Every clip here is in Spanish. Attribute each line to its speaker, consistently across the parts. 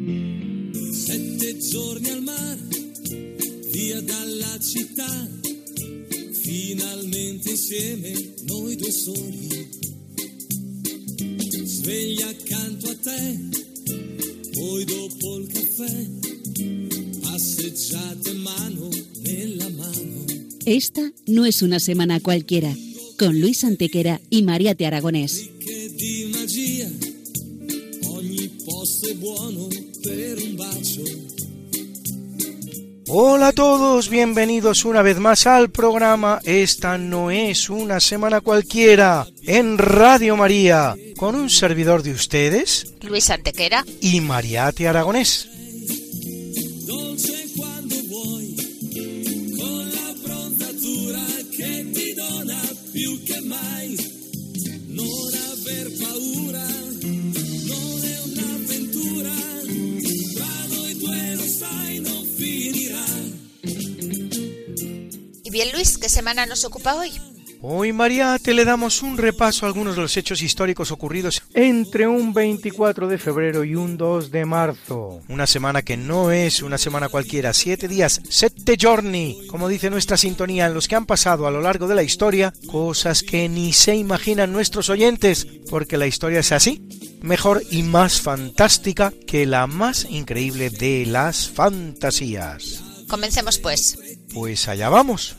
Speaker 1: 7 giorni al mare, via dalla città, finalmente insieme noi due soli, sveglia accanto a te, poi dopo il caffè, passeggiate mano nella mano.
Speaker 2: Esta no es una semana cualquiera, con Luis Antequera y Mariate Aragonés.
Speaker 1: Di magia, ogni posto è buono per un bacio.
Speaker 3: Hola a todos, bienvenidos una vez más al programa Esta no es una semana cualquiera, en Radio María, con un servidor de ustedes,
Speaker 4: Luis Antequera
Speaker 3: y Mariate Aragonés.
Speaker 4: Bien, Luis, ¿qué semana nos ocupa hoy?
Speaker 3: Hoy, Mariate, le damos un repaso a algunos de los hechos históricos ocurridos entre un 24 de febrero y un 2 de marzo. Una semana que no es una semana cualquiera, 7 días, 7 giorni, como dice nuestra sintonía, en los que han pasado a lo largo de la historia cosas que ni se imaginan nuestros oyentes, porque la historia es así, mejor y más fantástica que la más increíble de las fantasías.
Speaker 4: Comencemos pues.
Speaker 3: Pues allá vamos.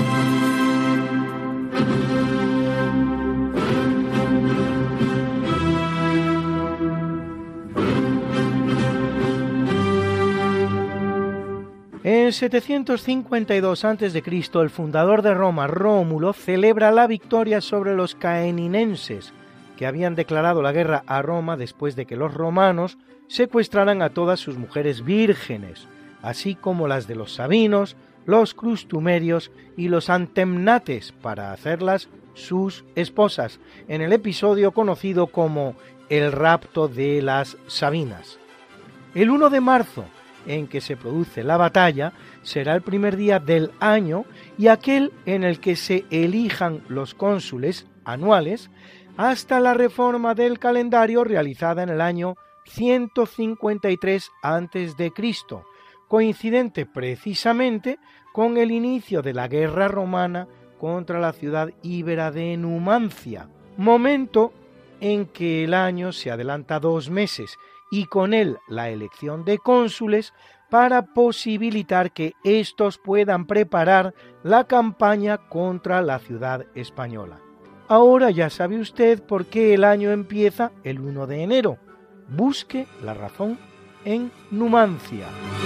Speaker 3: En 752 a.C., el fundador de Roma, Rómulo, celebra la victoria sobre los caeninenses, que habían declarado la guerra a Roma después de que los romanos secuestraran a todas sus mujeres vírgenes, así como las de los sabinos, los crustumerios y los antemnates, para hacerlas sus esposas, en el episodio conocido como el rapto de las Sabinas. El 1 de marzo, en que se produce la batalla, será el primer día del año y aquel en el que se elijan los cónsules anuales, hasta la reforma del calendario realizada en el año 153 a.C., coincidente precisamente con el inicio de la guerra romana contra la ciudad íbera de Numancia, momento en que el año se adelanta 2 meses y con él la elección de cónsules para posibilitar que éstos puedan preparar la campaña contra la ciudad española. Ahora ya sabe usted por qué el año empieza el 1 de enero. Busque la razón en Numancia.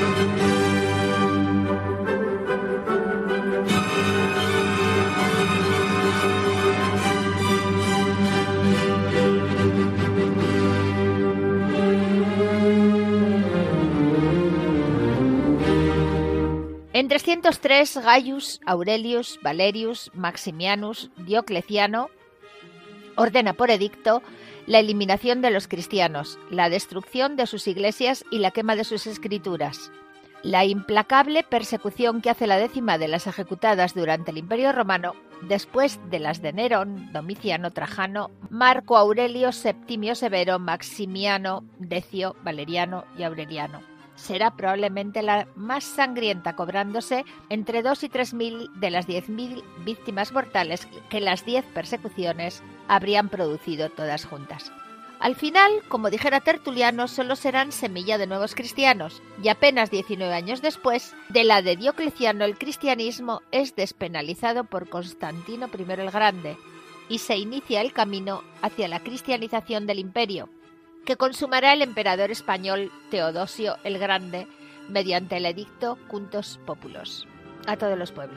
Speaker 4: En 303, Gaius Aurelius Valerius Maximianus Diocleciano ordena por edicto la eliminación de los cristianos, la destrucción de sus iglesias y la quema de sus escrituras. La implacable persecución que hace la 10ª de las ejecutadas durante el Imperio Romano, después de las de Nerón, Domiciano, Trajano, Marco Aurelio, Septimio Severo, Maximiano, Decio, Valeriano y Aureliano, será probablemente la más sangrienta, cobrándose entre 2 y 3.000 de las 10.000 víctimas mortales que las 10 persecuciones habrían producido todas juntas. Al final, como dijera Tertuliano, solo serán semilla de nuevos cristianos, y apenas 19 años después de la de Diocleciano, el cristianismo es despenalizado por Constantino I el Grande, y se inicia el camino hacia la cristianización del imperio, que consumará el emperador español Teodosio el Grande mediante el edicto Quintus Populos, a todos los pueblos.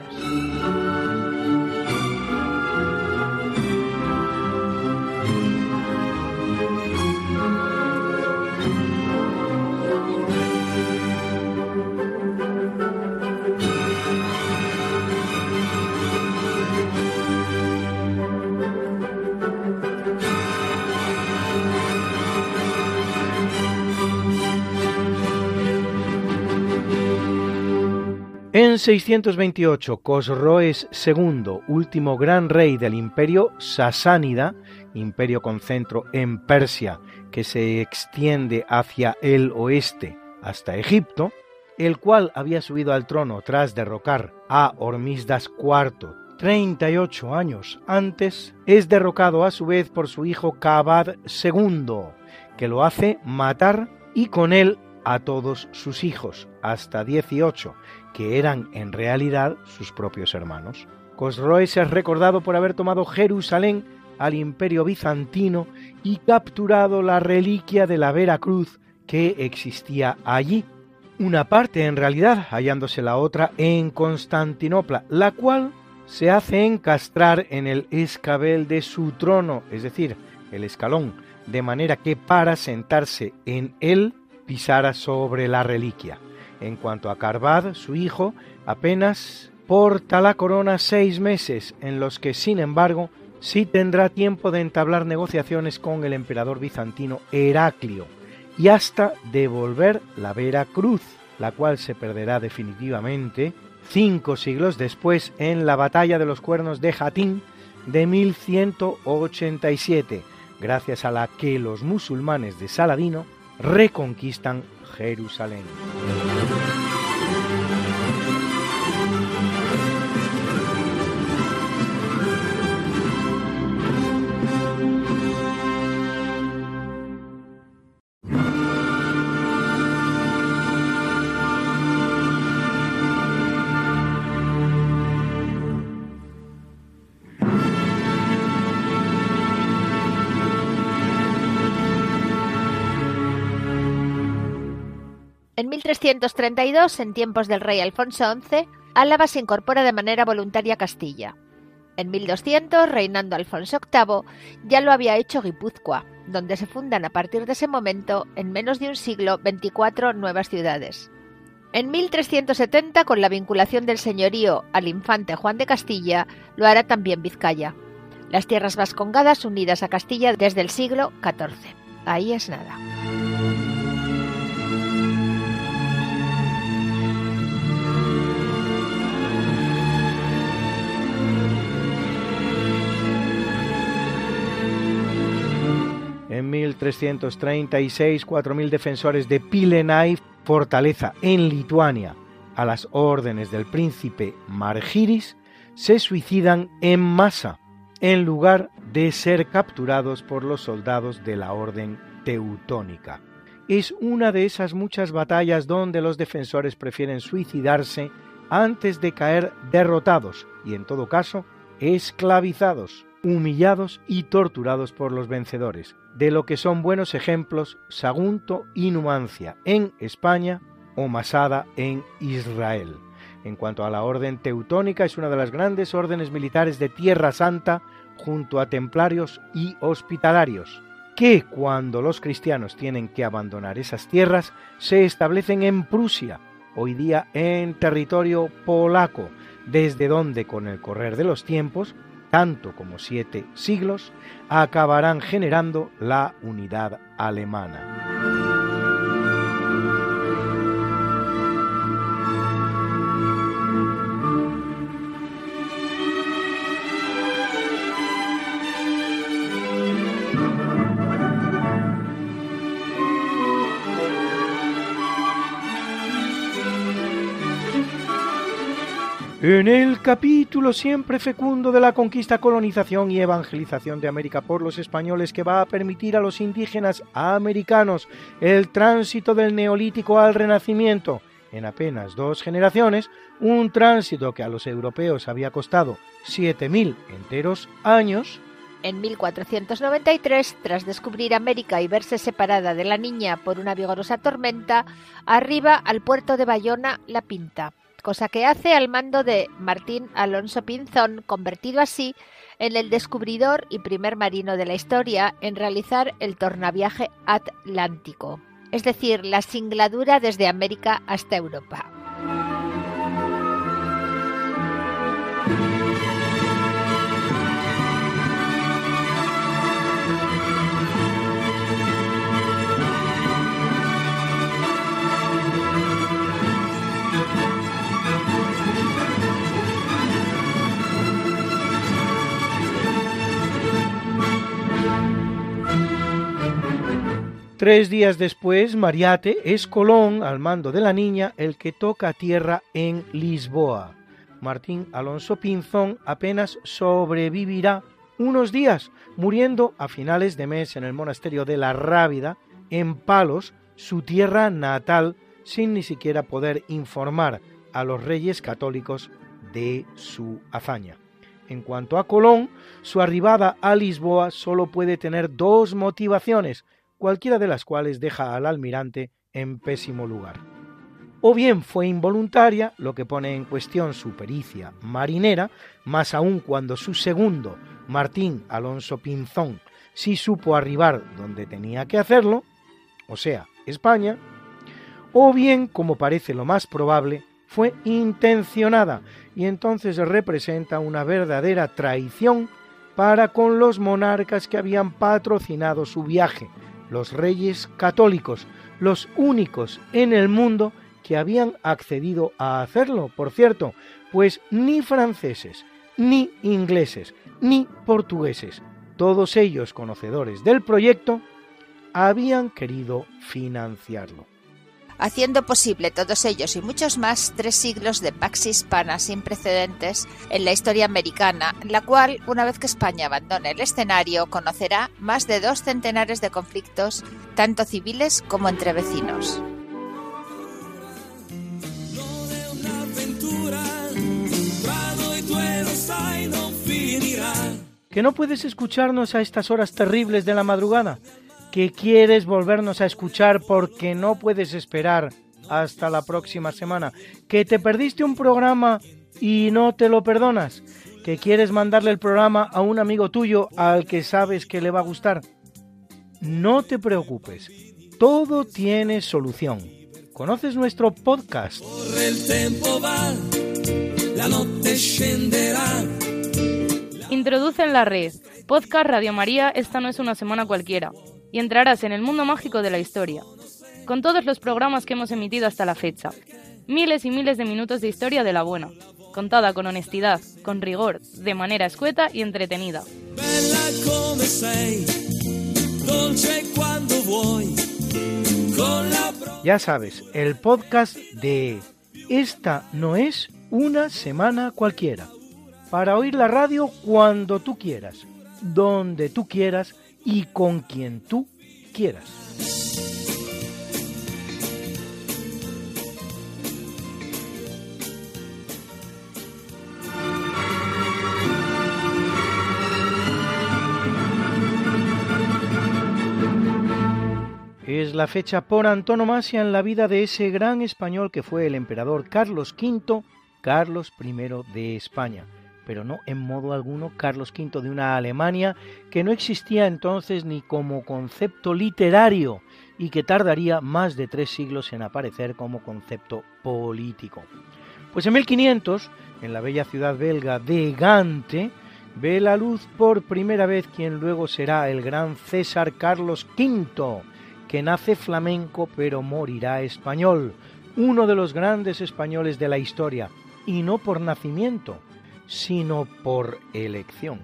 Speaker 3: En 628, Cosroes II, último gran rey del imperio sasánida, imperio con centro en Persia, que se extiende hacia el oeste hasta Egipto, el cual había subido al trono tras derrocar a Hormisdas IV 38 años antes, es derrocado a su vez por su hijo Kabad II, que lo hace matar y con él a todos sus hijos, hasta 18, que eran en realidad sus propios hermanos. Cosroes es recordado por haber tomado Jerusalén al Imperio Bizantino y capturado la reliquia de la Vera Cruz que existía allí. Una parte en realidad, hallándose la otra en Constantinopla, la cual se hace encastrar en el escabel de su trono, es decir, el escalón, de manera que para sentarse en él pisara sobre la reliquia. En cuanto a Carbad, su hijo, apenas porta la corona 6 meses, en los que, sin embargo, sí tendrá tiempo de entablar negociaciones con el emperador bizantino Heraclio, y hasta devolver la Vera Cruz, la cual se perderá definitivamente 5 siglos después en la batalla de los Cuernos de Jatín de 1187, gracias a la que los musulmanes de Saladino reconquistan Jerusalén.
Speaker 4: En 1332, en tiempos del rey Alfonso XI, Álava se incorpora de manera voluntaria a Castilla. En 1200, reinando Alfonso VIII, ya lo había hecho Guipúzcoa, donde se fundan a partir de ese momento, en menos de un siglo, 24 nuevas ciudades. En 1370, con la vinculación del señorío al infante Juan de Castilla, lo hará también Vizcaya. Las tierras vascongadas unidas a Castilla desde el siglo XIV. Ahí es nada.
Speaker 3: En 1336, 4.000 defensores de Pilenai, fortaleza en Lituania, a las órdenes del príncipe Margiris, se suicidan en masa, en lugar de ser capturados por los soldados de la orden teutónica. Es una de esas muchas batallas donde los defensores prefieren suicidarse antes de caer derrotados y, en todo caso, esclavizados, humillados y torturados por los vencedores, de lo que son buenos ejemplos Sagunto y Numancia en España o Masada en Israel. En cuanto a la orden teutónica, es una de las grandes órdenes militares de Tierra Santa junto a templarios y hospitalarios, que cuando los cristianos tienen que abandonar esas tierras, se establecen en Prusia, hoy día en territorio polaco, desde donde con el correr de los tiempos, tanto como 7 siglos, acabarán generando la unidad alemana. En el capítulo siempre fecundo de la conquista, colonización y evangelización de América por los españoles, que va a permitir a los indígenas americanos el tránsito del Neolítico al Renacimiento en apenas 2 generaciones, un tránsito que a los europeos había costado 7.000 enteros años.
Speaker 4: En 1493, tras descubrir América y verse separada de la niña por una vigorosa tormenta, arriba al puerto de Bayona La Pinta, cosa que hace al mando de Martín Alonso Pinzón, convertido así en el descubridor y primer marino de la historia en realizar el tornaviaje atlántico, es decir, la singladura desde América hasta Europa.
Speaker 3: 3 días después, Mariate es Colón, al mando de la niña, el que toca tierra en Lisboa. Martín Alonso Pinzón apenas sobrevivirá unos días, muriendo a finales de mes en el monasterio de la Rábida, en Palos, su tierra natal, sin ni siquiera poder informar a los reyes católicos de su hazaña. En cuanto a Colón, su arribada a Lisboa solo puede tener 2 motivaciones, cualquiera de las cuales deja al almirante en pésimo lugar. O bien fue involuntaria, lo que pone en cuestión su pericia marinera, más aún cuando su segundo, Martín Alonso Pinzón, sí supo arribar donde tenía que hacerlo, o sea, España, o bien, como parece lo más probable, fue intencionada y entonces representa una verdadera traición para con los monarcas que habían patrocinado su viaje, los reyes católicos, los únicos en el mundo que habían accedido a hacerlo, por cierto, pues ni franceses, ni ingleses, ni portugueses, todos ellos conocedores del proyecto, habían querido financiarlo.
Speaker 4: Haciendo posible todos ellos y muchos más 3 siglos de Pax Hispana sin precedentes en la historia americana, la cual, una vez que España abandone el escenario, conocerá más de 2 centenares de conflictos, tanto civiles como entre vecinos.
Speaker 3: ¿Que no puedes escucharnos a estas horas terribles de la madrugada? ¿Que quieres volvernos a escuchar porque no puedes esperar hasta la próxima semana? ¿Que te perdiste un programa y no te lo perdonas? ¿Que quieres mandarle el programa a un amigo tuyo al que sabes que le va a gustar? No te preocupes, todo tiene solución. ¿Conoces nuestro podcast?
Speaker 5: Introduce en la red Podcast Radio María, esta no es una semana cualquiera, y entrarás en el mundo mágico de la historia, con todos los programas que hemos emitido hasta la fecha. Miles y miles de minutos de historia de la buena, contada con honestidad, con rigor, de manera escueta y entretenida.
Speaker 3: Ya sabes, el podcast de Esta no es una semana cualquiera, para oír la radio cuando tú quieras, donde tú quieras y con quien tú quieras. Es la fecha por antonomasia en la vida de ese gran español que fue el emperador Carlos V, Carlos I de España, pero no en modo alguno Carlos V de una Alemania que no existía entonces ni como concepto literario y que tardaría más de 3 siglos en aparecer como concepto político. Pues en 1500, en la bella ciudad belga de Gante, ve la luz por primera vez quien luego será el gran César Carlos V, que nace flamenco pero morirá español, uno de los grandes españoles de la historia, y no por nacimiento, sino por elección.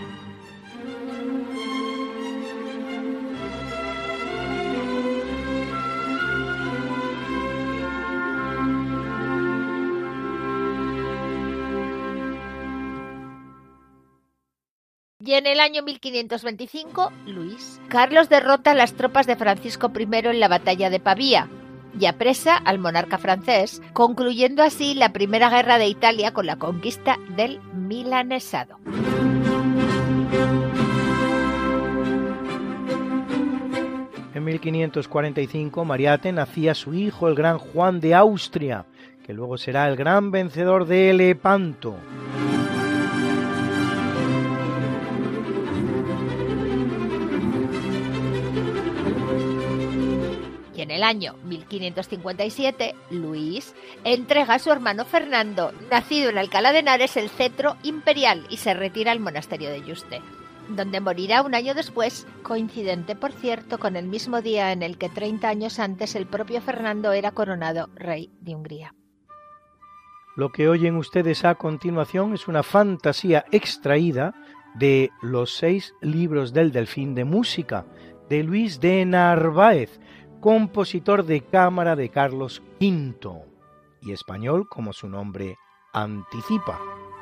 Speaker 4: Y en el año 1525, Luis Carlos derrota a las tropas de Francisco I en la batalla de Pavía y apresa al monarca francés, concluyendo así la Primera Guerra de Italia con la conquista del milanesado.
Speaker 3: En 1545, Mariate nacía su hijo, el gran Juan de Austria, que luego será el gran vencedor de Lepanto.
Speaker 4: Y en el año 1557, Luis entrega a su hermano Fernando, nacido en Alcalá de Henares, el cetro imperial y se retira al monasterio de Yuste, donde morirá un año después, coincidente, por cierto, con el mismo día en el que 30 años antes el propio Fernando era coronado rey de Hungría.
Speaker 3: Lo que oyen ustedes a continuación es una fantasía extraída de Los 6 libros del Delfín de música, de Luis de Narváez, compositor de cámara de Carlos V, y español como su nombre anticipa.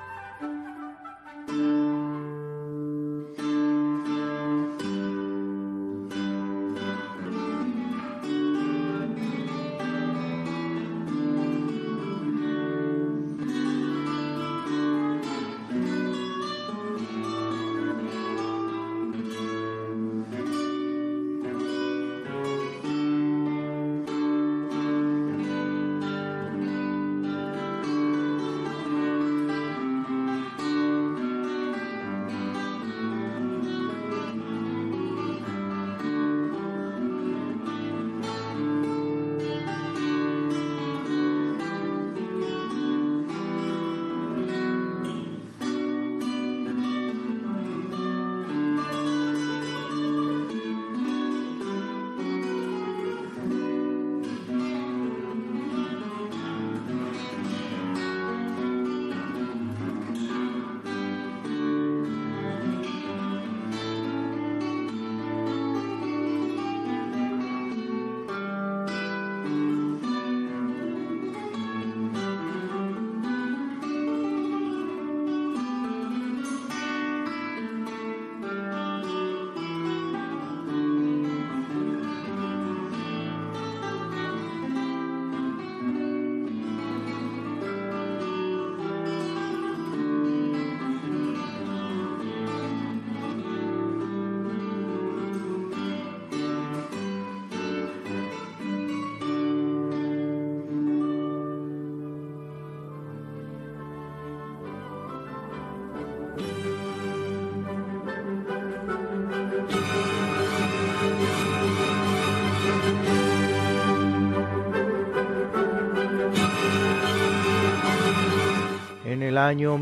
Speaker 3: En el año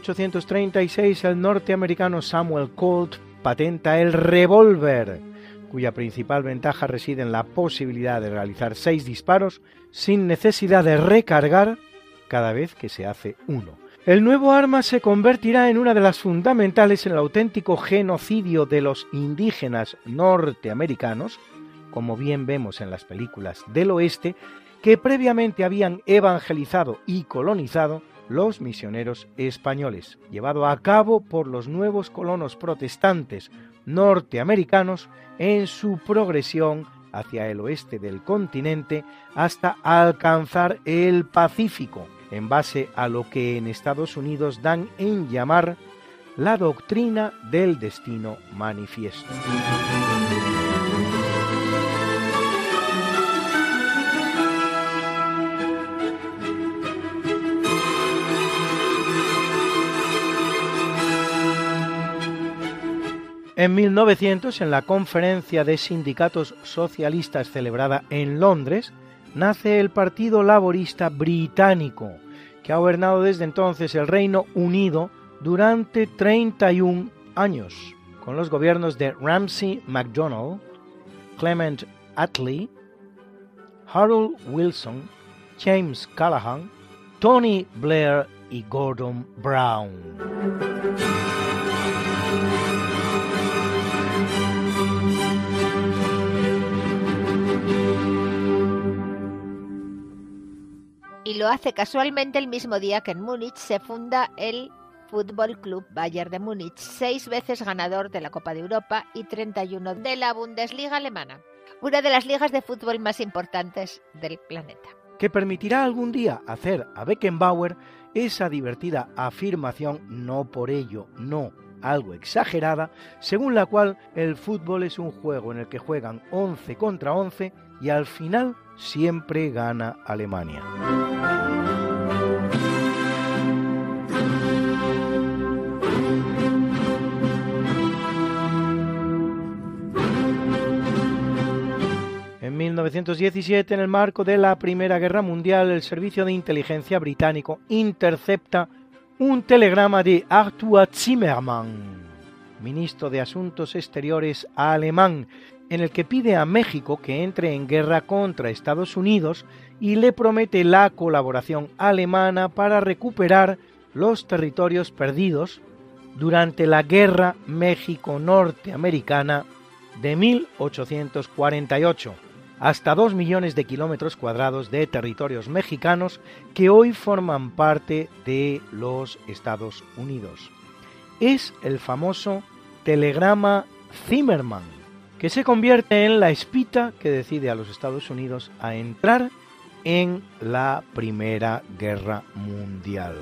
Speaker 3: 1836 el norteamericano Samuel Colt patenta el revólver, cuya principal ventaja reside en la posibilidad de realizar 6 disparos sin necesidad de recargar cada vez que se hace uno. El nuevo arma se convertirá en una de las fundamentales en el auténtico genocidio de los indígenas norteamericanos, como bien vemos en las películas del oeste, que previamente habían evangelizado y colonizado los misioneros españoles, llevado a cabo por los nuevos colonos protestantes norteamericanos en su progresión hacia el oeste del continente hasta alcanzar el Pacífico, en base a lo que en Estados Unidos dan en llamar la doctrina del destino manifiesto. En 1900, en la Conferencia de Sindicatos Socialistas celebrada en Londres, nace el Partido Laborista Británico, que ha gobernado desde entonces el Reino Unido durante 31 años, con los gobiernos de Ramsay MacDonald, Clement Attlee, Harold Wilson, James Callaghan, Tony Blair y Gordon Brown.
Speaker 4: Y lo hace casualmente el mismo día que en Múnich se funda el Fútbol Club Bayern de Múnich, 6 veces ganador de la Copa de Europa y 31 de la Bundesliga alemana, una de las ligas de fútbol más importantes del planeta.
Speaker 3: Que permitirá algún día hacer a Beckenbauer esa divertida afirmación, no por ello, no, algo exagerada, según la cual el fútbol es un juego en el que juegan 11 contra 11 y al final siempre gana Alemania. En 1917, en el marco de la Primera Guerra Mundial, el Servicio de Inteligencia británico intercepta un telegrama de Arthur Zimmermann, ministro de Asuntos Exteriores alemán, en el que pide a México que entre en guerra contra Estados Unidos y le promete la colaboración alemana para recuperar los territorios perdidos durante la Guerra México-Norteamericana de 1848, hasta 2 millones de kilómetros cuadrados de territorios mexicanos que hoy forman parte de los Estados Unidos. Es el famoso telegrama Zimmerman, que se convierte en la espita que decide a los Estados Unidos a entrar en la Primera Guerra Mundial.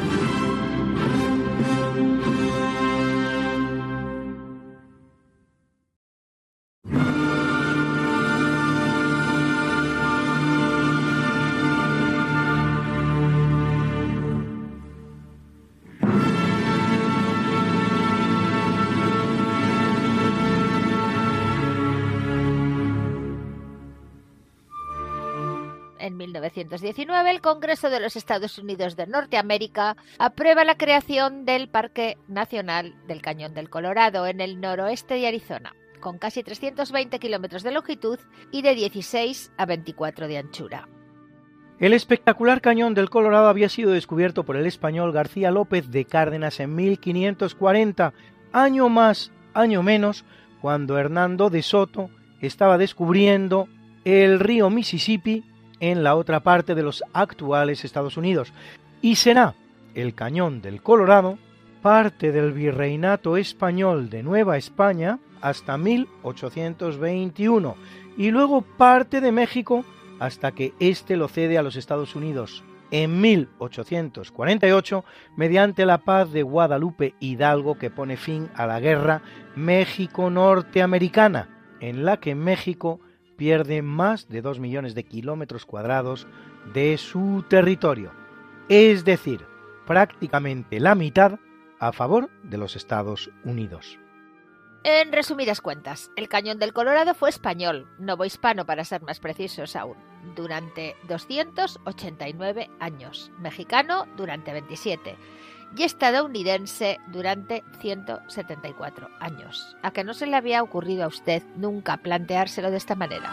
Speaker 4: En 1919, el Congreso de los Estados Unidos de Norteamérica aprueba la creación del Parque Nacional del Cañón del Colorado en el noroeste de Arizona, con casi 320 kilómetros de longitud y de 16 a 24 de anchura.
Speaker 3: El espectacular Cañón del Colorado había sido descubierto por el español García López de Cárdenas en 1540, año más, año menos, cuando Hernando de Soto estaba descubriendo el río Mississippi en la otra parte de los actuales Estados Unidos, y será el Cañón del Colorado parte del Virreinato Español de Nueva España hasta 1821, y luego parte de México hasta que éste lo cede a los Estados Unidos en 1848 mediante la Paz de Guadalupe Hidalgo, que pone fin a la Guerra México-Norteamericana, en la que México pierde más de 2 millones de kilómetros cuadrados de su territorio, es decir, prácticamente la mitad a favor de los Estados Unidos.
Speaker 4: En resumidas cuentas, el Cañón del Colorado fue español, novohispano para ser más precisos aún, durante 289 años, mexicano durante 27 y estadounidense durante 174 años. ¿A que no se le había ocurrido a usted nunca planteárselo de esta manera?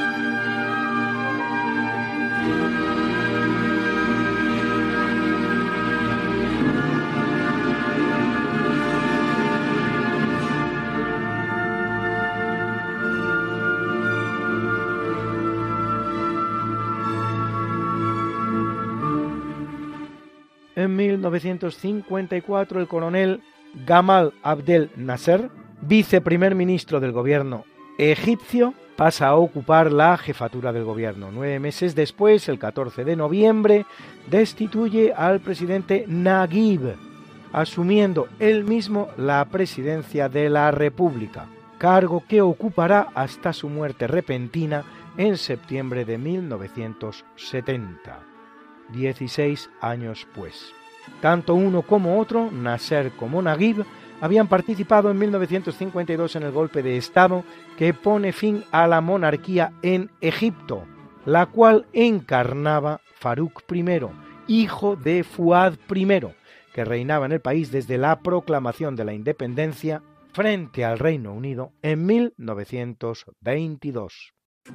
Speaker 3: En 1954, el coronel Gamal Abdel Nasser, viceprimer ministro del gobierno egipcio, pasa a ocupar la jefatura del gobierno. 9 meses después, el 14 de noviembre, destituye al presidente Naguib, asumiendo él mismo la presidencia de la República, cargo que ocupará hasta su muerte repentina en septiembre de 1970. 16 años pues. Tanto uno como otro, Nasser como Naguib, habían participado en 1952 en el golpe de Estado que pone fin a la monarquía en Egipto, la cual encarnaba Farouk I, hijo de Fuad I, que reinaba en el país desde la proclamación de la independencia frente al Reino Unido en 1922.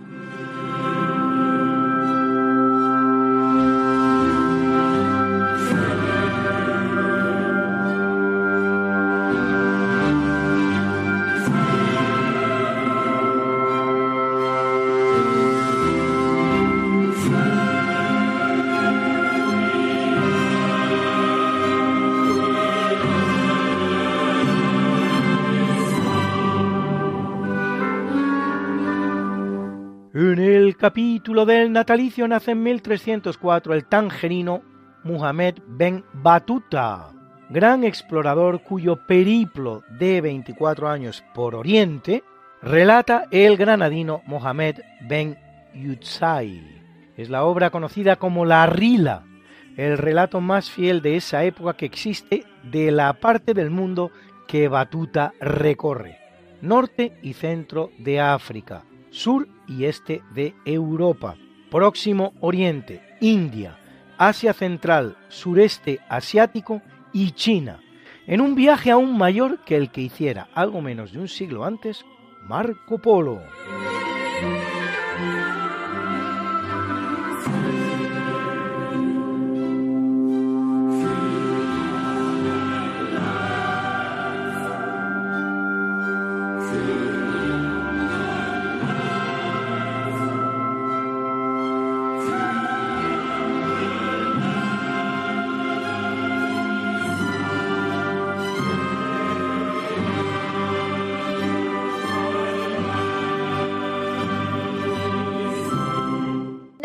Speaker 3: En el capítulo del natalicio nace en 1304 el tangerino Muhammad Ben Battuta, gran explorador cuyo periplo de 24 años por Oriente relata el granadino Mohammed Ben Yutsai. Es la obra conocida como La Rila, el relato más fiel de esa época que existe de la parte del mundo que Battuta recorre, norte y centro de África, sur y este de Europa, Próximo Oriente, India, Asia Central, Sureste Asiático y China, en un viaje aún mayor que el que hiciera algo menos de un siglo antes Marco Polo.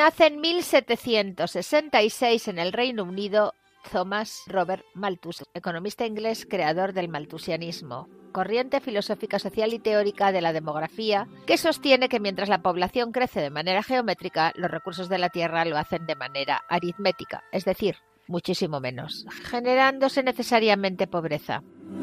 Speaker 4: Nace en 1766 en el Reino Unido Thomas Robert Malthus, economista inglés creador del malthusianismo, corriente filosófica, social y teórica de la demografía que sostiene que mientras la población crece de manera geométrica, los recursos de la tierra lo hacen de manera aritmética, es decir, muchísimo menos, generándose necesariamente pobreza.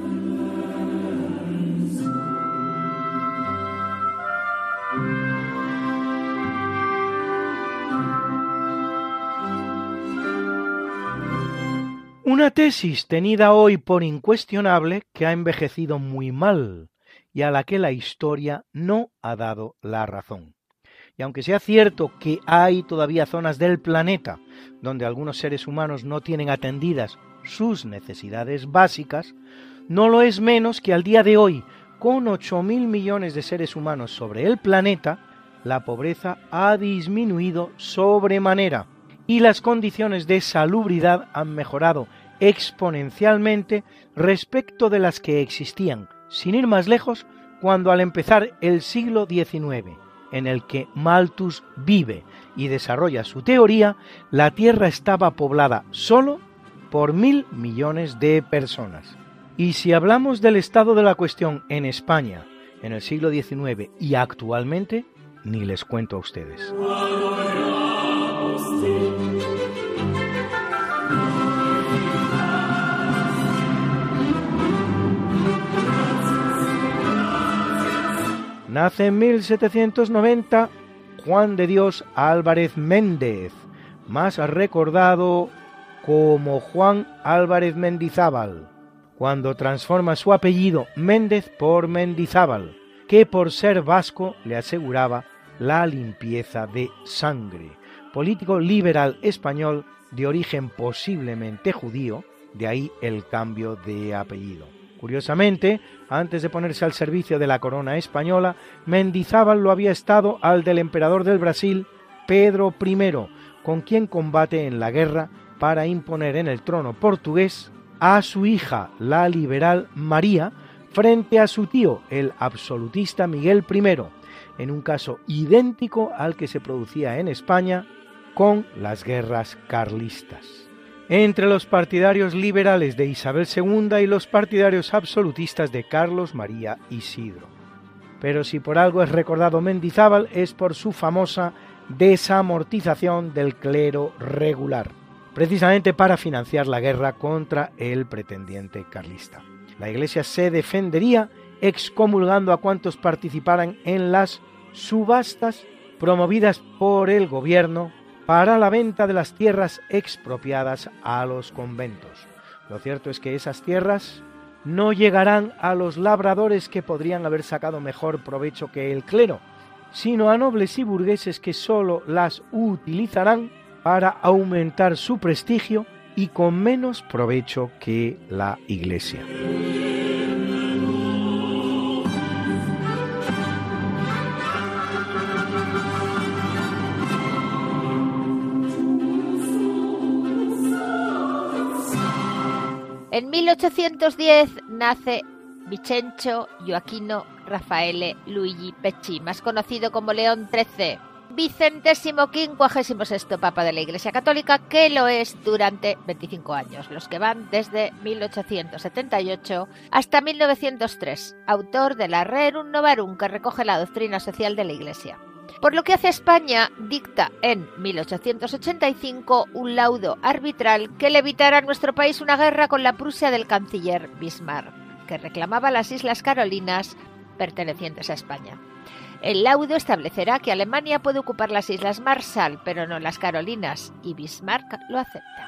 Speaker 3: Una tesis tenida hoy por incuestionable que ha envejecido muy mal y a la que la historia no ha dado la razón. Y aunque sea cierto que hay todavía zonas del planeta donde algunos seres humanos no tienen atendidas sus necesidades básicas, no lo es menos que al día de hoy, con 8.000 millones de seres humanos sobre el planeta, la pobreza ha disminuido sobremanera y las condiciones de salubridad han mejorado exponencialmente respecto de las que existían, sin ir más lejos, cuando al empezar el siglo XIX, en el que Malthus vive y desarrolla su teoría, la Tierra estaba poblada solo por 1.000 millones de personas. Y si hablamos del estado de la cuestión en España en el siglo XIX y actualmente, ni les cuento a ustedes. Nace en 1790 Juan de Dios Álvarez Méndez, más recordado como Juan Álvarez Mendizábal, cuando transforma su apellido Méndez por Mendizábal, que por ser vasco le aseguraba la limpieza de sangre. Político liberal español de origen posiblemente judío, de ahí el cambio de apellido. Curiosamente, antes de ponerse al servicio de la corona española, Mendizábal lo había estado al del emperador del Brasil, Pedro I, con quien combate en la guerra para imponer en el trono portugués a su hija, la liberal María, frente a su tío, el absolutista Miguel I, en un caso idéntico al que se producía en España con las guerras carlistas. Entre los partidarios liberales de Isabel II y los partidarios absolutistas de Carlos María Isidro. Pero si por algo es recordado Mendizábal es por su famosa desamortización del clero regular, precisamente para financiar la guerra contra el pretendiente carlista. La Iglesia se defendería excomulgando a cuantos participaran en las subastas promovidas por el gobierno para la venta de las tierras expropiadas a los conventos. Lo cierto es que esas tierras no llegarán a los labradores que podrían haber sacado mejor provecho que el clero, sino a nobles y burgueses que sólo las utilizarán para aumentar su prestigio y con menos provecho que la Iglesia.
Speaker 4: En 1810 nace Vincenzo Gioacchino Raffaele Luigi Pecci, más conocido como León XIII, vicentésimo quincuagésimo sexto Papa de la Iglesia Católica, que lo es durante 25 años, los que van desde 1878 hasta 1903, autor de la Rerum Novarum, que recoge la doctrina social de la Iglesia. Por lo que hace a España, dicta en 1885 un laudo arbitral que le evitara a nuestro país una guerra con la Prusia del canciller Bismarck, que reclamaba las Islas Carolinas pertenecientes a España. El laudo establecerá que Alemania puede ocupar las Islas Marshall, pero no las Carolinas, y Bismarck lo acepta.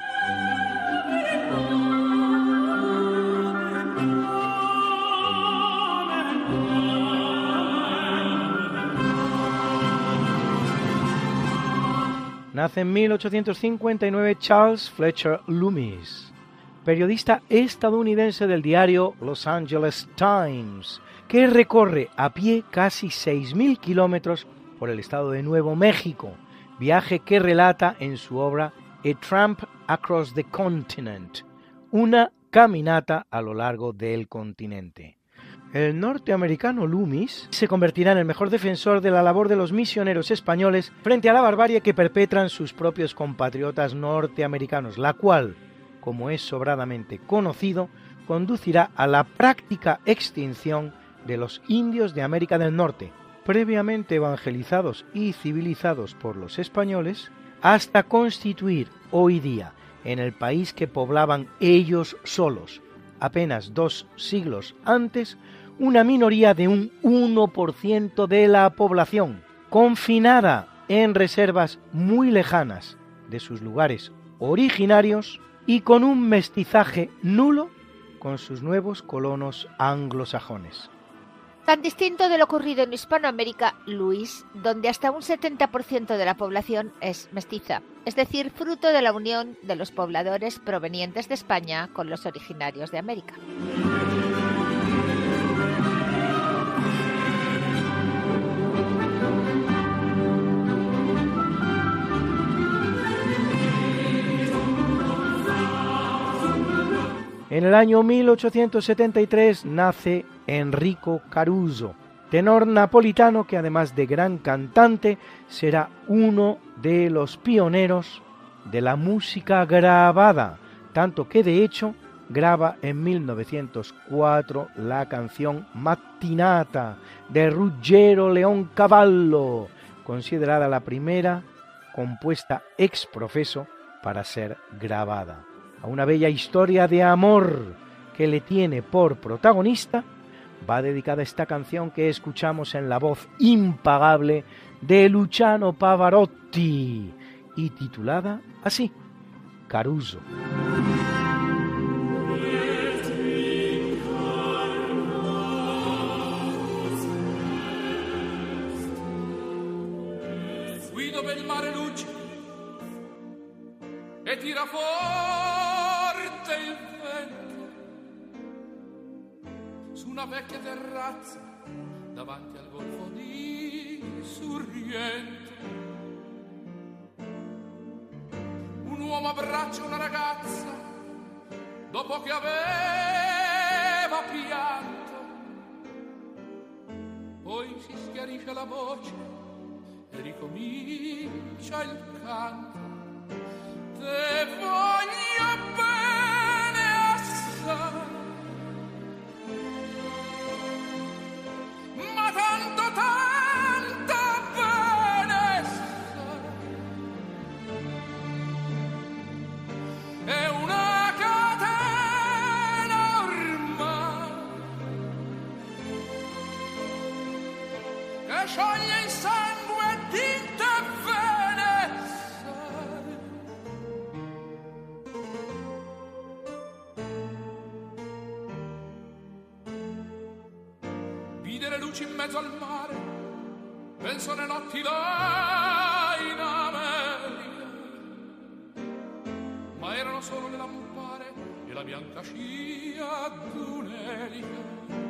Speaker 3: Nace en 1859 Charles Fletcher Loomis, periodista estadounidense del diario Los Angeles Times, que recorre a pie casi 6.000 kilómetros por el estado de Nuevo México, viaje que relata en su obra A Tramp Across the Continent, una caminata a lo largo del continente. El norteamericano Loomis se convertirá en el mejor defensor de la labor de los misioneros españoles frente a la barbarie que perpetran sus propios compatriotas norteamericanos, la cual, como es sobradamente conocido, conducirá a la práctica extinción de los indios de América del Norte, previamente evangelizados y civilizados por los españoles, hasta constituir hoy día, en el país que poblaban ellos solos, apenas 2 siglos antes, una minoría de un 1% de la población, confinada en reservas muy lejanas de sus lugares originarios y con un mestizaje nulo con sus nuevos colonos anglosajones.
Speaker 4: Tan distinto de lo ocurrido en Hispanoamérica, Luis, donde hasta un 70% de la población es mestiza, es decir, fruto de la unión de los pobladores provenientes de España con los originarios de América.
Speaker 3: En el año 1873 nace Enrico Caruso, tenor napolitano que además de gran cantante será uno de los pioneros de la música grabada, tanto que de hecho graba en 1904 la canción Mattinata de Ruggero Leoncavallo, considerada la primera compuesta ex professo para ser grabada. A una bella historia de amor que le tiene por protagonista, va dedicada esta canción que escuchamos en la voz impagable de Luciano Pavarotti y titulada así, Caruso.
Speaker 1: Qui dove il mare luccica e tira forte il vento, su una vecchia terrazza davanti al golfo di Sorrento, un uomo abbraccia una ragazza dopo che aveva pianto, poi si schiarisce la voce e ricomincia il canto. Te voglio bene assai, ma tanto bene sai, è una catena ormai che scioglie il sangue di te bene sai. Vide le luci in mezzo al mare, penso alle notti là in America, ma erano solo le lampare e la bianca scia d'un'elica.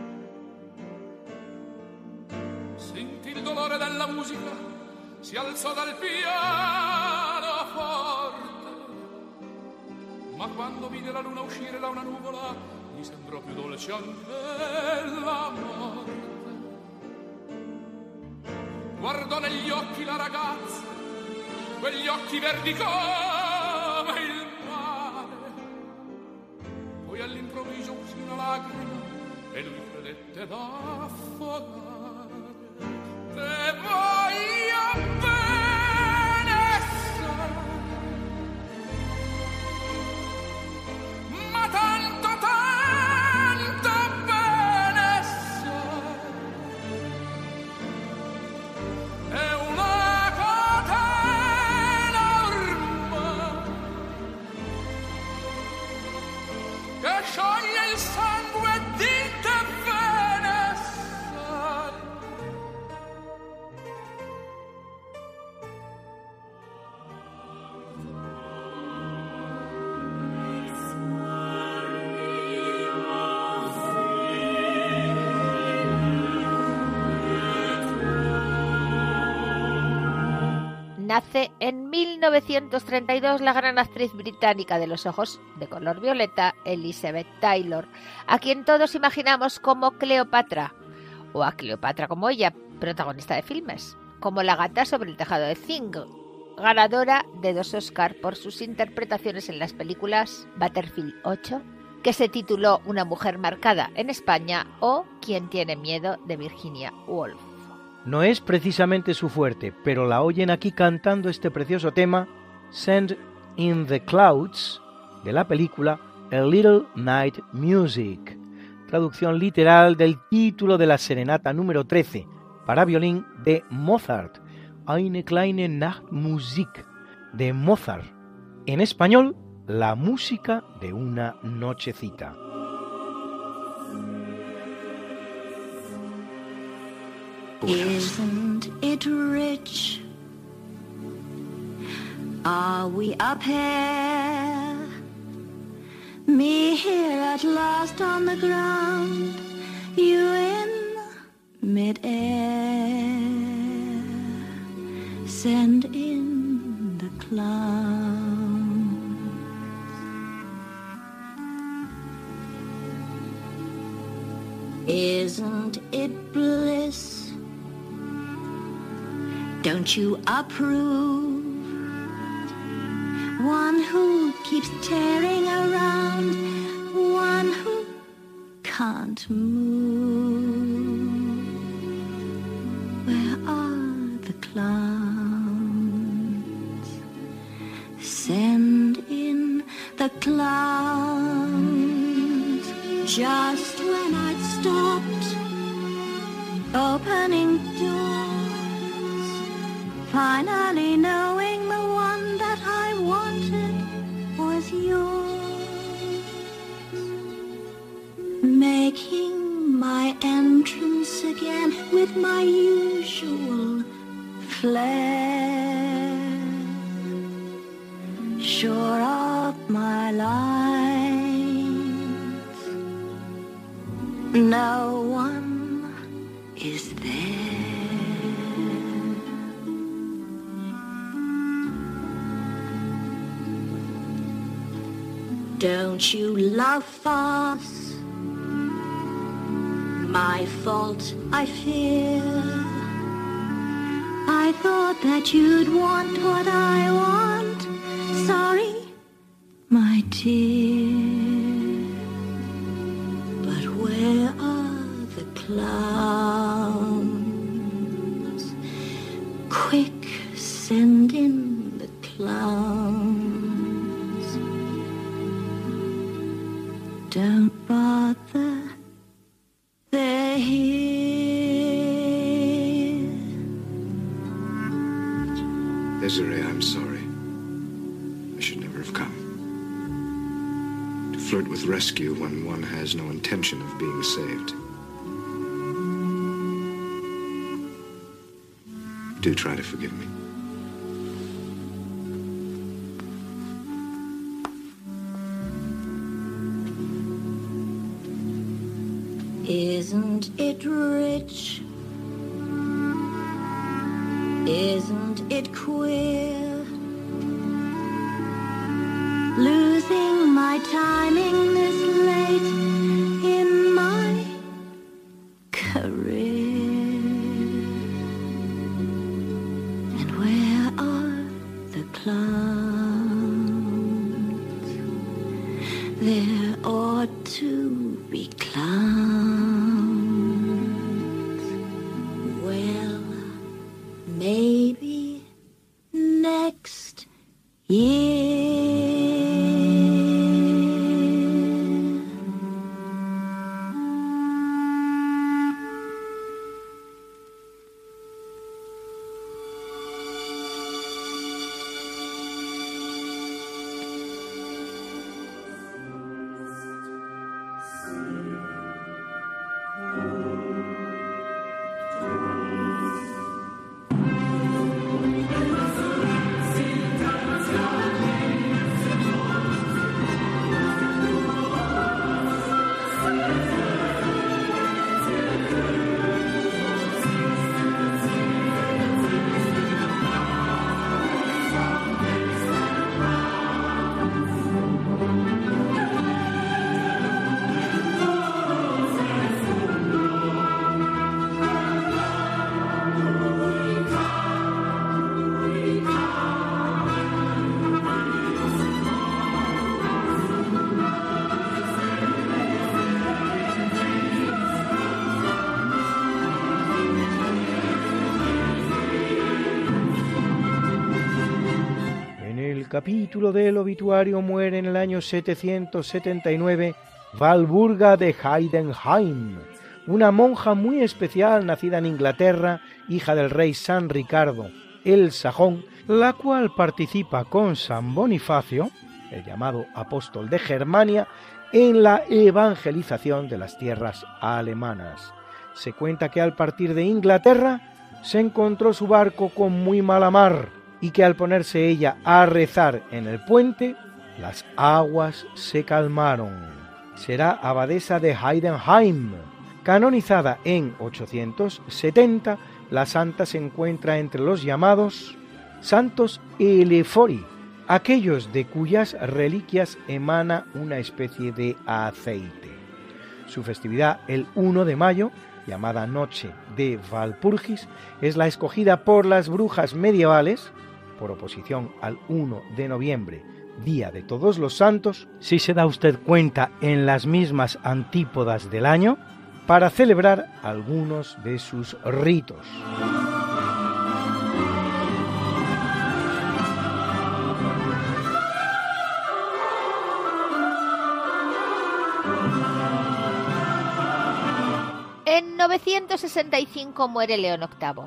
Speaker 1: Sentì il dolore della musica, si alzò dal pianoforte, ma quando vide la luna uscire da una nuvola, gli sembrò più dolce anche la morte. Guardò negli occhi la ragazza, quegli occhi verdi come il mare, poi all'improvviso uscì una lacrima e lui credette d'affogare. Te voglio bene sai, ma tanto bene sai, è una catena ormai che scioglie il sangue di te bene sai.
Speaker 4: Nace en 1932 la gran actriz británica de los ojos de color violeta, Elizabeth Taylor, a quien todos imaginamos como Cleopatra, o a Cleopatra como ella, protagonista de filmes, como La gata sobre el tejado de zinc, ganadora de 2 Oscar por sus interpretaciones en las películas Battlefield 8, que se tituló Una mujer marcada en España, o Quien tiene miedo, de Virginia Woolf.
Speaker 3: No es precisamente su fuerte, pero la oyen aquí cantando este precioso tema, Send in the Clouds, de la película A Little Night Music, traducción literal del título de la serenata número 13 para violín de Mozart, Eine kleine Nachtmusik, de Mozart. En español, la música de una nochecita.
Speaker 6: Isn't it rich? Are we up here? Me here at last on the ground, you in mid-air. Send in the clouds. Isn't it bliss? Don't you approve? One who keeps tearing around, one who can't move. Where are the clouds? Send in the clouds. Just when I'd stopped opening doors, finally knowing the one that I wanted was yours, making my entrance again with my usual flair, sure of my lines, no one is there. Don't you love farce? My fault, I fear. I thought that you'd want what I want. Sorry, my dear. But where are the clowns? Quick, send in the clowns. Don't bother, they're here.
Speaker 7: Desiree, I'm sorry. I should never have come. To flirt with rescue when one has no intention of being saved. Do try to forgive me.
Speaker 6: Isn't it rich? Isn't it queer? Losing my timing this late in my career. And where are the clouds? There ought to be clouds. Maybe next year.
Speaker 3: capítulo del obituario muere en el año 779 Walburga de Heidenheim, una monja muy especial nacida en Inglaterra, hija del rey San Ricardo el Sajón, la cual participa con San Bonifacio, el llamado apóstol de Germania, en la evangelización de las tierras alemanas. Se cuenta que al partir de Inglaterra se encontró su barco con muy mala mar y que al ponerse ella a rezar en el puente, las aguas se calmaron. Será abadesa de Heidenheim. Canonizada en 870, la santa se encuentra entre los llamados santos elefori, aquellos de cuyas reliquias emana una especie de aceite. Su festividad, el 1 de mayo, llamada Noche de Walpurgis, es la escogida por las brujas medievales, por oposición al 1 de noviembre, Día de Todos los Santos, si se da usted cuenta en las mismas antípodas del año, para celebrar algunos de sus ritos.
Speaker 4: En 965 muere León VIII,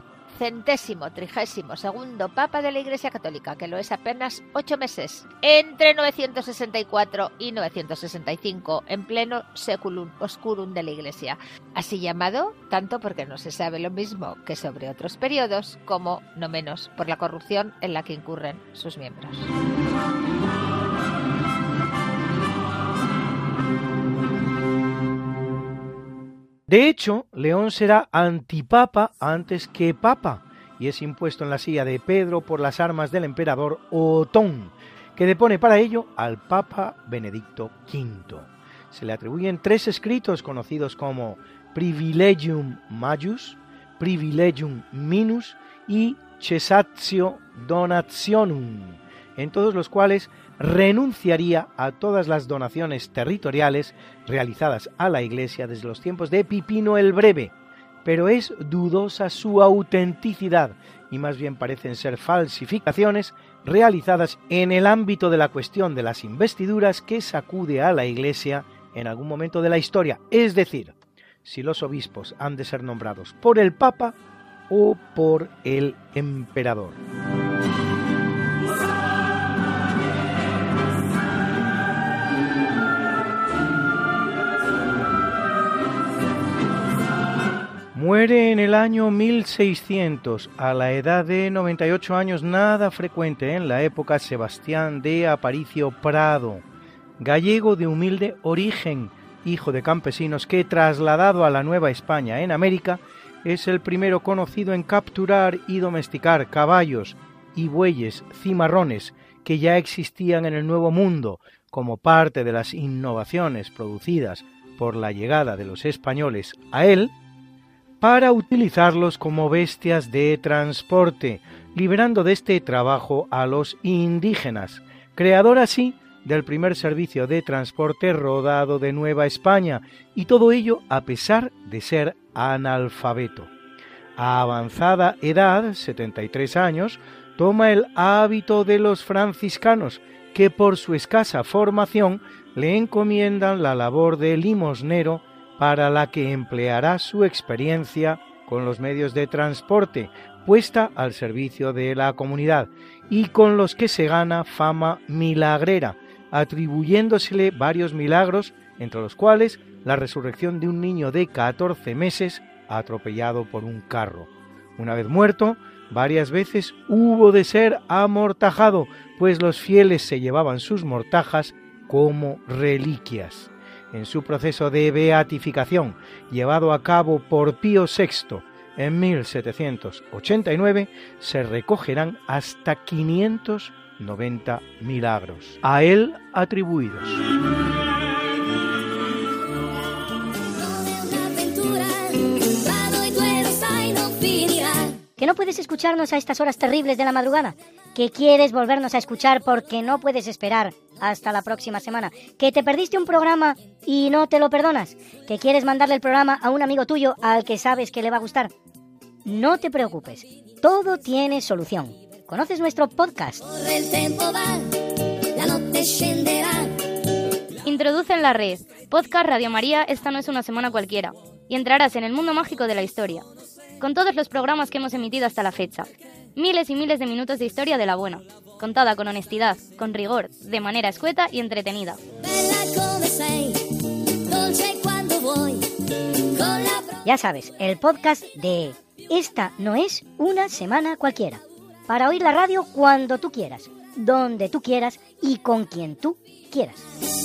Speaker 4: 132º Papa de la Iglesia Católica, que lo es apenas 8 meses, entre 964 y 965, en pleno Seculum Oscurum de la Iglesia. Así llamado, tanto porque no se sabe lo mismo que sobre otros periodos, como, no menos, por la corrupción en la que incurren sus miembros.
Speaker 3: De hecho, León será antipapa antes que papa, y es impuesto en la silla de Pedro por las armas del emperador Otón, que depone para ello al papa Benedicto V. Se le atribuyen 3 escritos conocidos como Privilegium Majus, Privilegium Minus y Cessatio Donationum, en todos los cuales renunciaría a todas las donaciones territoriales realizadas a la Iglesia desde los tiempos de Pipino el Breve, pero es dudosa su autenticidad y más bien parecen ser falsificaciones realizadas en el ámbito de la cuestión de las investiduras que sacude a la Iglesia en algún momento de la historia, es decir, si los obispos han de ser nombrados por el Papa o por el emperador. Muere en el año 1600, a la edad de 98 años, nada frecuente en la época, Sebastián de Aparicio Prado, gallego de humilde origen, hijo de campesinos que, trasladado a la Nueva España en América, es el primero conocido en capturar y domesticar caballos y bueyes cimarrones que ya existían en el Nuevo Mundo como parte de las innovaciones producidas por la llegada de los españoles a él, para utilizarlos como bestias de transporte, liberando de este trabajo a los indígenas, creador así del primer servicio de transporte rodado de Nueva España, y todo ello a pesar de ser analfabeto. A avanzada edad, 73 años, toma el hábito de los franciscanos, que por su escasa formación le encomiendan la labor de limosnero, para la que empleará su experiencia con los medios de transporte, puesta al servicio de la comunidad, y con los que se gana fama milagrera, atribuyéndosele varios milagros, entre los cuales la resurrección de un niño de 14 meses atropellado por un carro. Una vez muerto, varias veces hubo de ser amortajado, pues los fieles se llevaban sus mortajas como reliquias. En su proceso de beatificación, llevado a cabo por Pío VI en 1789, se recogerán hasta 590 milagros a él atribuidos.
Speaker 8: ¿Que no puedes escucharnos a estas horas terribles de la madrugada? ¿Que quieres volvernos a escuchar porque no puedes esperar hasta la próxima semana? ¿Que te perdiste un programa y no te lo perdonas? ¿Que quieres mandarle el programa a un amigo tuyo al que sabes que le va a gustar? No te preocupes, todo tiene solución. ¿Conoces nuestro podcast?
Speaker 5: Introduce en la red. Podcast Radio María, esta no es una semana cualquiera. Y entrarás en el mundo mágico de la historia. Con todos los programas que hemos emitido hasta la fecha. Miles y miles de minutos de historia de la buena. Contada con honestidad, con rigor, de manera escueta y entretenida.
Speaker 8: Ya sabes, el podcast de Esta no es una semana cualquiera. Para oír la radio cuando tú quieras, donde tú quieras y con quien tú quieras.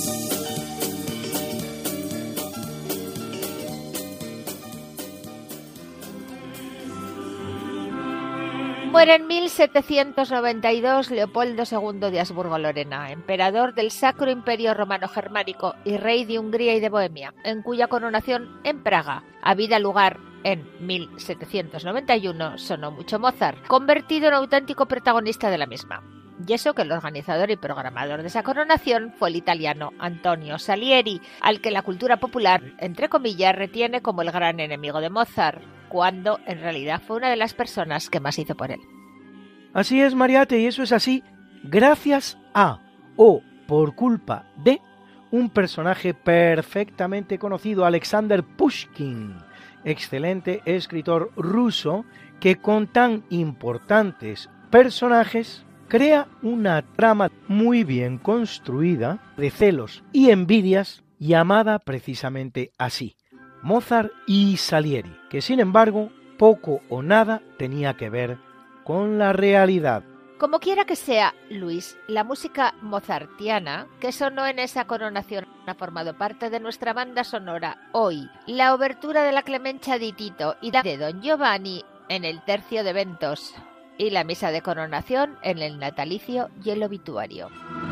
Speaker 4: Muere en 1792 Leopoldo II de Habsburgo-Lorena, emperador del Sacro Imperio Romano-Germánico y rey de Hungría y de Bohemia, en cuya coronación en Praga había lugar en 1791 sonó mucho Mozart, convertido en auténtico protagonista de la misma. Y eso que el organizador y programador de esa coronación fue el italiano Antonio Salieri, al que la cultura popular, entre comillas, retiene como el gran enemigo de Mozart, cuando en realidad fue una de las personas que más hizo por él.
Speaker 3: Así es, Mariate, y eso es así gracias a, o por culpa de, un personaje perfectamente conocido, Alexander Pushkin, excelente escritor ruso que con tan importantes personajes crea una trama muy bien construida de celos y envidias llamada precisamente así, Mozart y Salieri, que sin embargo poco o nada tenía que ver con la realidad.
Speaker 4: Como quiera que sea, Luis, la música mozartiana que sonó en esa coronación ha formado parte de nuestra banda sonora hoy. La obertura de la Clemencia di Tito y de Don Giovanni en el tercio de Ventos y la misa de coronación en el natalicio y el obituario.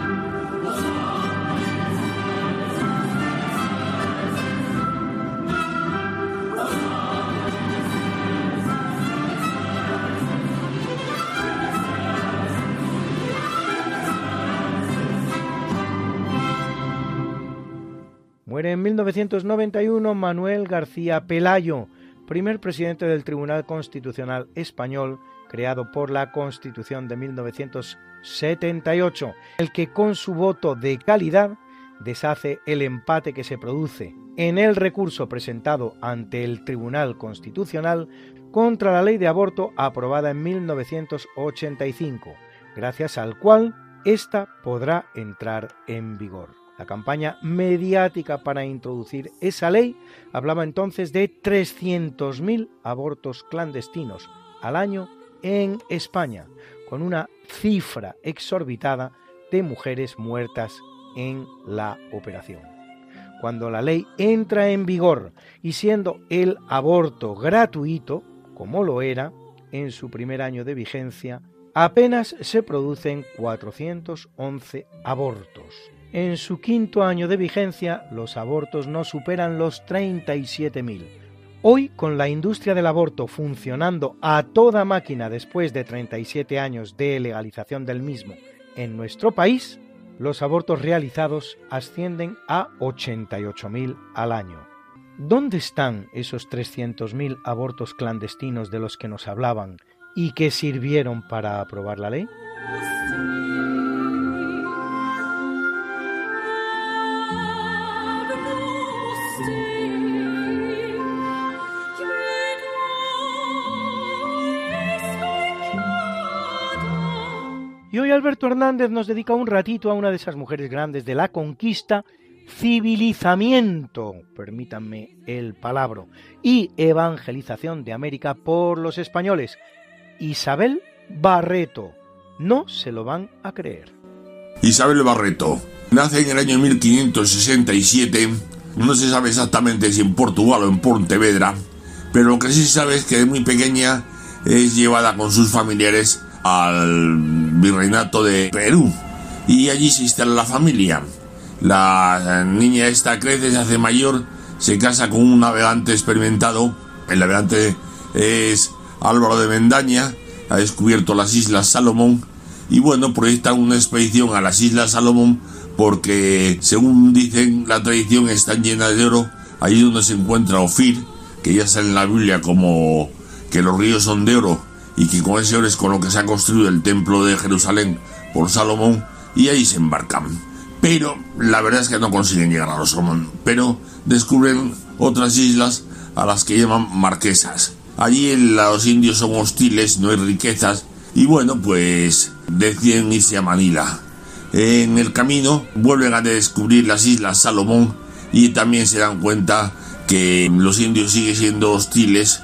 Speaker 3: Muere en 1991 Manuel García Pelayo, primer presidente del Tribunal Constitucional Español, creado por la Constitución de 1978, el que con su voto de calidad deshace el empate que se produce en el recurso presentado ante el Tribunal Constitucional contra la ley de aborto aprobada en 1985, gracias al cual ésta podrá entrar en vigor. La campaña mediática para introducir esa ley hablaba entonces de 300.000 abortos clandestinos al año en España, con una cifra exorbitada de mujeres muertas en la operación. Cuando la ley entra en vigor y siendo el aborto gratuito, como lo era en su primer año de vigencia, apenas se producen 411 abortos. En su quinto año de vigencia, los abortos no superan los 37.000. Hoy, con la industria del aborto funcionando a toda máquina después de 37 años de legalización del mismo en nuestro país, los abortos realizados ascienden a 88.000 al año. ¿Dónde están esos 300.000 abortos clandestinos de los que nos hablaban y que sirvieron para aprobar la ley? Y hoy Alberto Hernández nos dedica un ratito a una de esas mujeres grandes de la conquista, civilizamiento, permítanme el palabra, y evangelización de América por los españoles, Isabel Barreto. No se lo van a creer.
Speaker 9: Isabel Barreto nace en el año 1567, no se sabe exactamente si en Portugal o en Pontevedra, pero lo que sí se sabe es que de muy pequeña es llevada con sus familiares al virreinato de Perú y allí se instala la familia. La niña esta crece, se hace mayor, se casa con un navegante experimentado. El navegante es Álvaro de Mendaña, ha descubierto las Islas Salomón y bueno, proyecta una expedición a las Islas Salomón porque, según dicen la tradición, están llenas de oro. Allí donde se encuentra Ofir, que ya sale en la Biblia como que los ríos son de oro y que con ese oro es con lo que se ha construido el templo de Jerusalén por Salomón, y ahí se embarcan. Pero la verdad es que no consiguen llegar a los Salomón, pero descubren otras islas a las que llaman marquesas. Allí los indios son hostiles, no hay riquezas, y bueno, pues deciden irse a Manila. En el camino vuelven a descubrir las islas Salomón y también se dan cuenta que los indios siguen siendo hostiles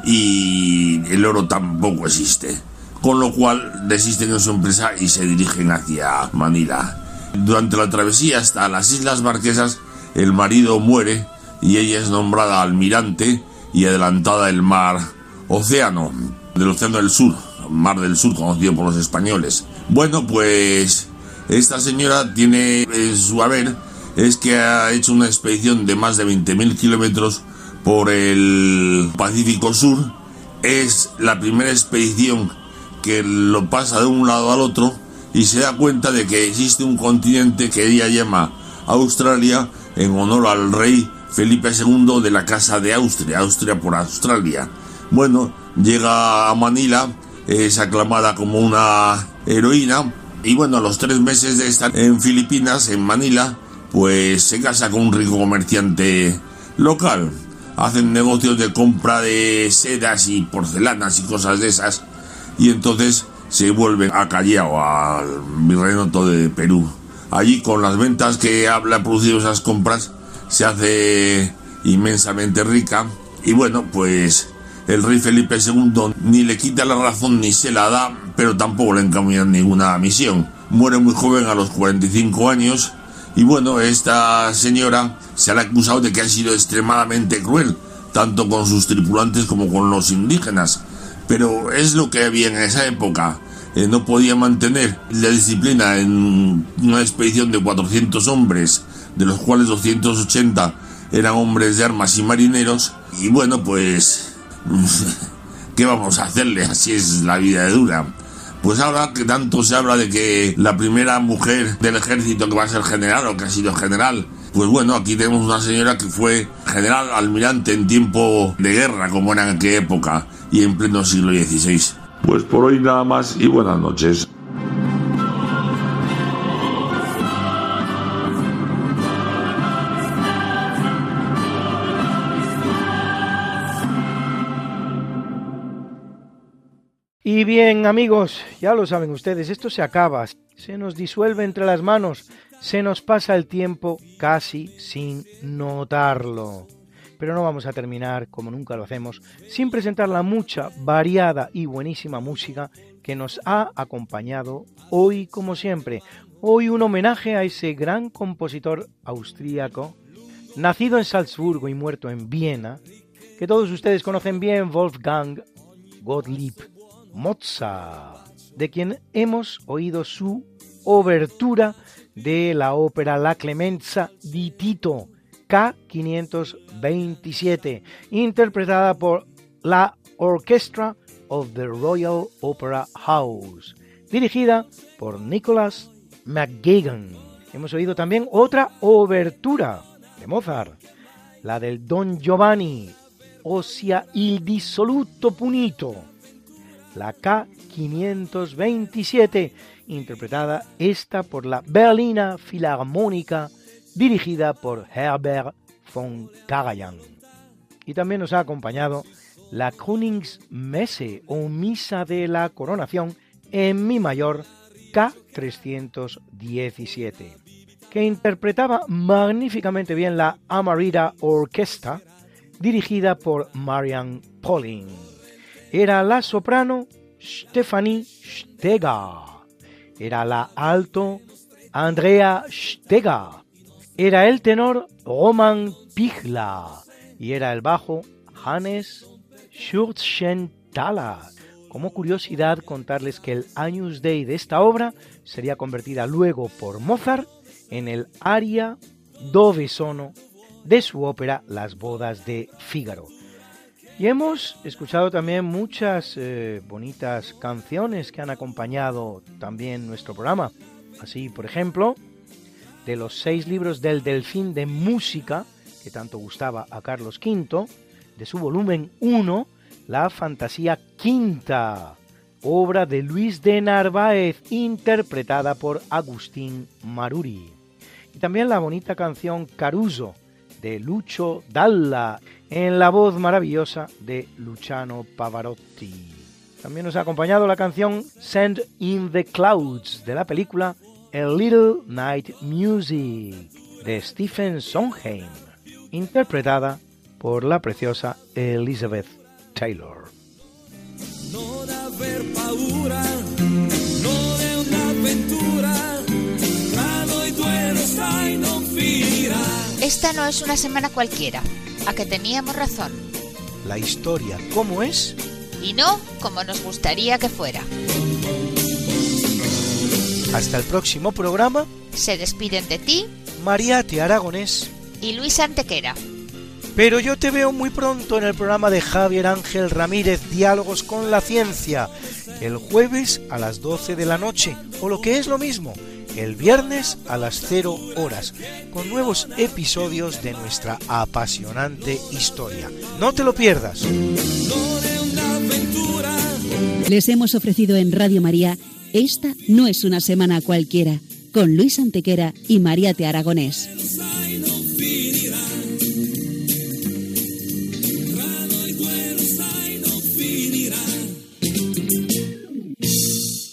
Speaker 9: y el oro tampoco existe, con lo cual desisten en su empresa y se dirigen hacia Manila. Durante la travesía hasta las Islas Marquesas, el marido muere y ella es nombrada almirante y adelantada del océano del sur, mar del sur, conocido por los españoles. Bueno, pues esta señora tiene su haber es que ha hecho una expedición de más de 20.000 kilómetros por el Pacífico Sur. Es la primera expedición que lo pasa de un lado al otro y se da cuenta de que existe un continente que ella llama Australia en honor al rey Felipe II de la Casa de Austria, Austria por Australia. Bueno, llega a Manila, es aclamada como una heroína y bueno, a los 3 meses de estar en Filipinas, en Manila, pues se casa con un rico comerciante local. Hacen negocios de compra de sedas y porcelanas y cosas de esas, y entonces se vuelven a Callao, al virreinato de Perú. Allí, con las ventas que ha producido esas compras, se hace inmensamente rica, y bueno, pues el rey Felipe II ni le quita la razón ni se la da, pero tampoco le encamina ninguna misión. Muere muy joven, a los 45 años, y bueno, esta señora se le ha acusado de que ha sido extremadamente cruel, tanto con sus tripulantes como con los indígenas. Pero es lo que había en esa época. No podía mantener la disciplina en una expedición de 400 hombres, de los cuales 280 eran hombres de armas y marineros. Y bueno, pues ¿qué vamos a hacerle? Así es la vida de dura. Pues ahora que tanto se habla de que la primera mujer del ejército que va a ser general o que ha sido general, pues bueno, aquí tenemos una señora que fue general almirante en tiempo de guerra, como era en aquella época y en pleno siglo XVI. Pues por hoy nada más y buenas noches.
Speaker 3: Y bien, amigos, ya lo saben ustedes, esto se acaba, se nos disuelve entre las manos, se nos pasa el tiempo casi sin notarlo. Pero no vamos a terminar, como nunca lo hacemos, sin presentar la mucha, variada y buenísima música que nos ha acompañado hoy, como siempre. Hoy un homenaje a ese gran compositor austríaco, nacido en Salzburgo y muerto en Viena, que todos ustedes conocen bien, Wolfgang Gottlieb Mozart, de quien hemos oído su obertura de la ópera La Clemenza di Tito, K527, interpretada por la Orchestra of the Royal Opera House, dirigida por Nicholas McGuigan. Hemos oído también otra obertura de Mozart, la del Don Giovanni, ossia il dissoluto punito, la K527, interpretada esta por la Berliner Philharmónica, dirigida por Herbert von Karajan. Y también nos ha acompañado la Kröningsmesse o Misa de la Coronación en Mi mayor, K317, que interpretaba magníficamente bien la Amarita Orquesta, dirigida por Marian Pauling. Era la soprano Stefanie Steger, era la alto Andrea Steger, era el tenor Roman Pichler y era el bajo Hannes Schurtzenthaler. Como curiosidad, contarles que el Agnus Dei de esta obra sería convertida luego por Mozart en el aria Dove sono de su ópera Las bodas de Fígaro. Y hemos escuchado también muchas bonitas canciones que han acompañado también nuestro programa. Así, por ejemplo, de los 6 libros del Delfín de Música, que tanto gustaba a Carlos V, de su volumen 1, la Fantasía Quinta, obra de Luis de Narváez, interpretada por Agustín Maruri. Y también la bonita canción Caruso, de Lucio Dalla, en la voz maravillosa de Luciano Pavarotti. También nos ha acompañado la canción Sand in the Clouds, de la película A Little Night Music, de Stephen Sondheim, interpretada por la preciosa Elizabeth Taylor.
Speaker 10: Non aver paura, non è un'avventura, tra noi due lo sai, non finirà.
Speaker 4: Esta no es una semana cualquiera, a que teníamos razón.
Speaker 3: La historia, ¿cómo es?
Speaker 4: Y no como nos gustaría que fuera.
Speaker 3: Hasta el próximo programa.
Speaker 4: Se despiden de ti
Speaker 3: Mariate Aragonés
Speaker 4: y Luis Antequera.
Speaker 3: Pero yo te veo muy pronto en el programa de Javier Ángel Ramírez, Diálogos con la Ciencia, el jueves a las 12 de la noche, o lo que es lo mismo, el viernes a las 0 horas, con nuevos episodios de nuestra apasionante historia. No te lo pierdas.
Speaker 2: Les hemos ofrecido en Radio María Esta no es una semana cualquiera, con Luis Antequera y Mariate Aragonés.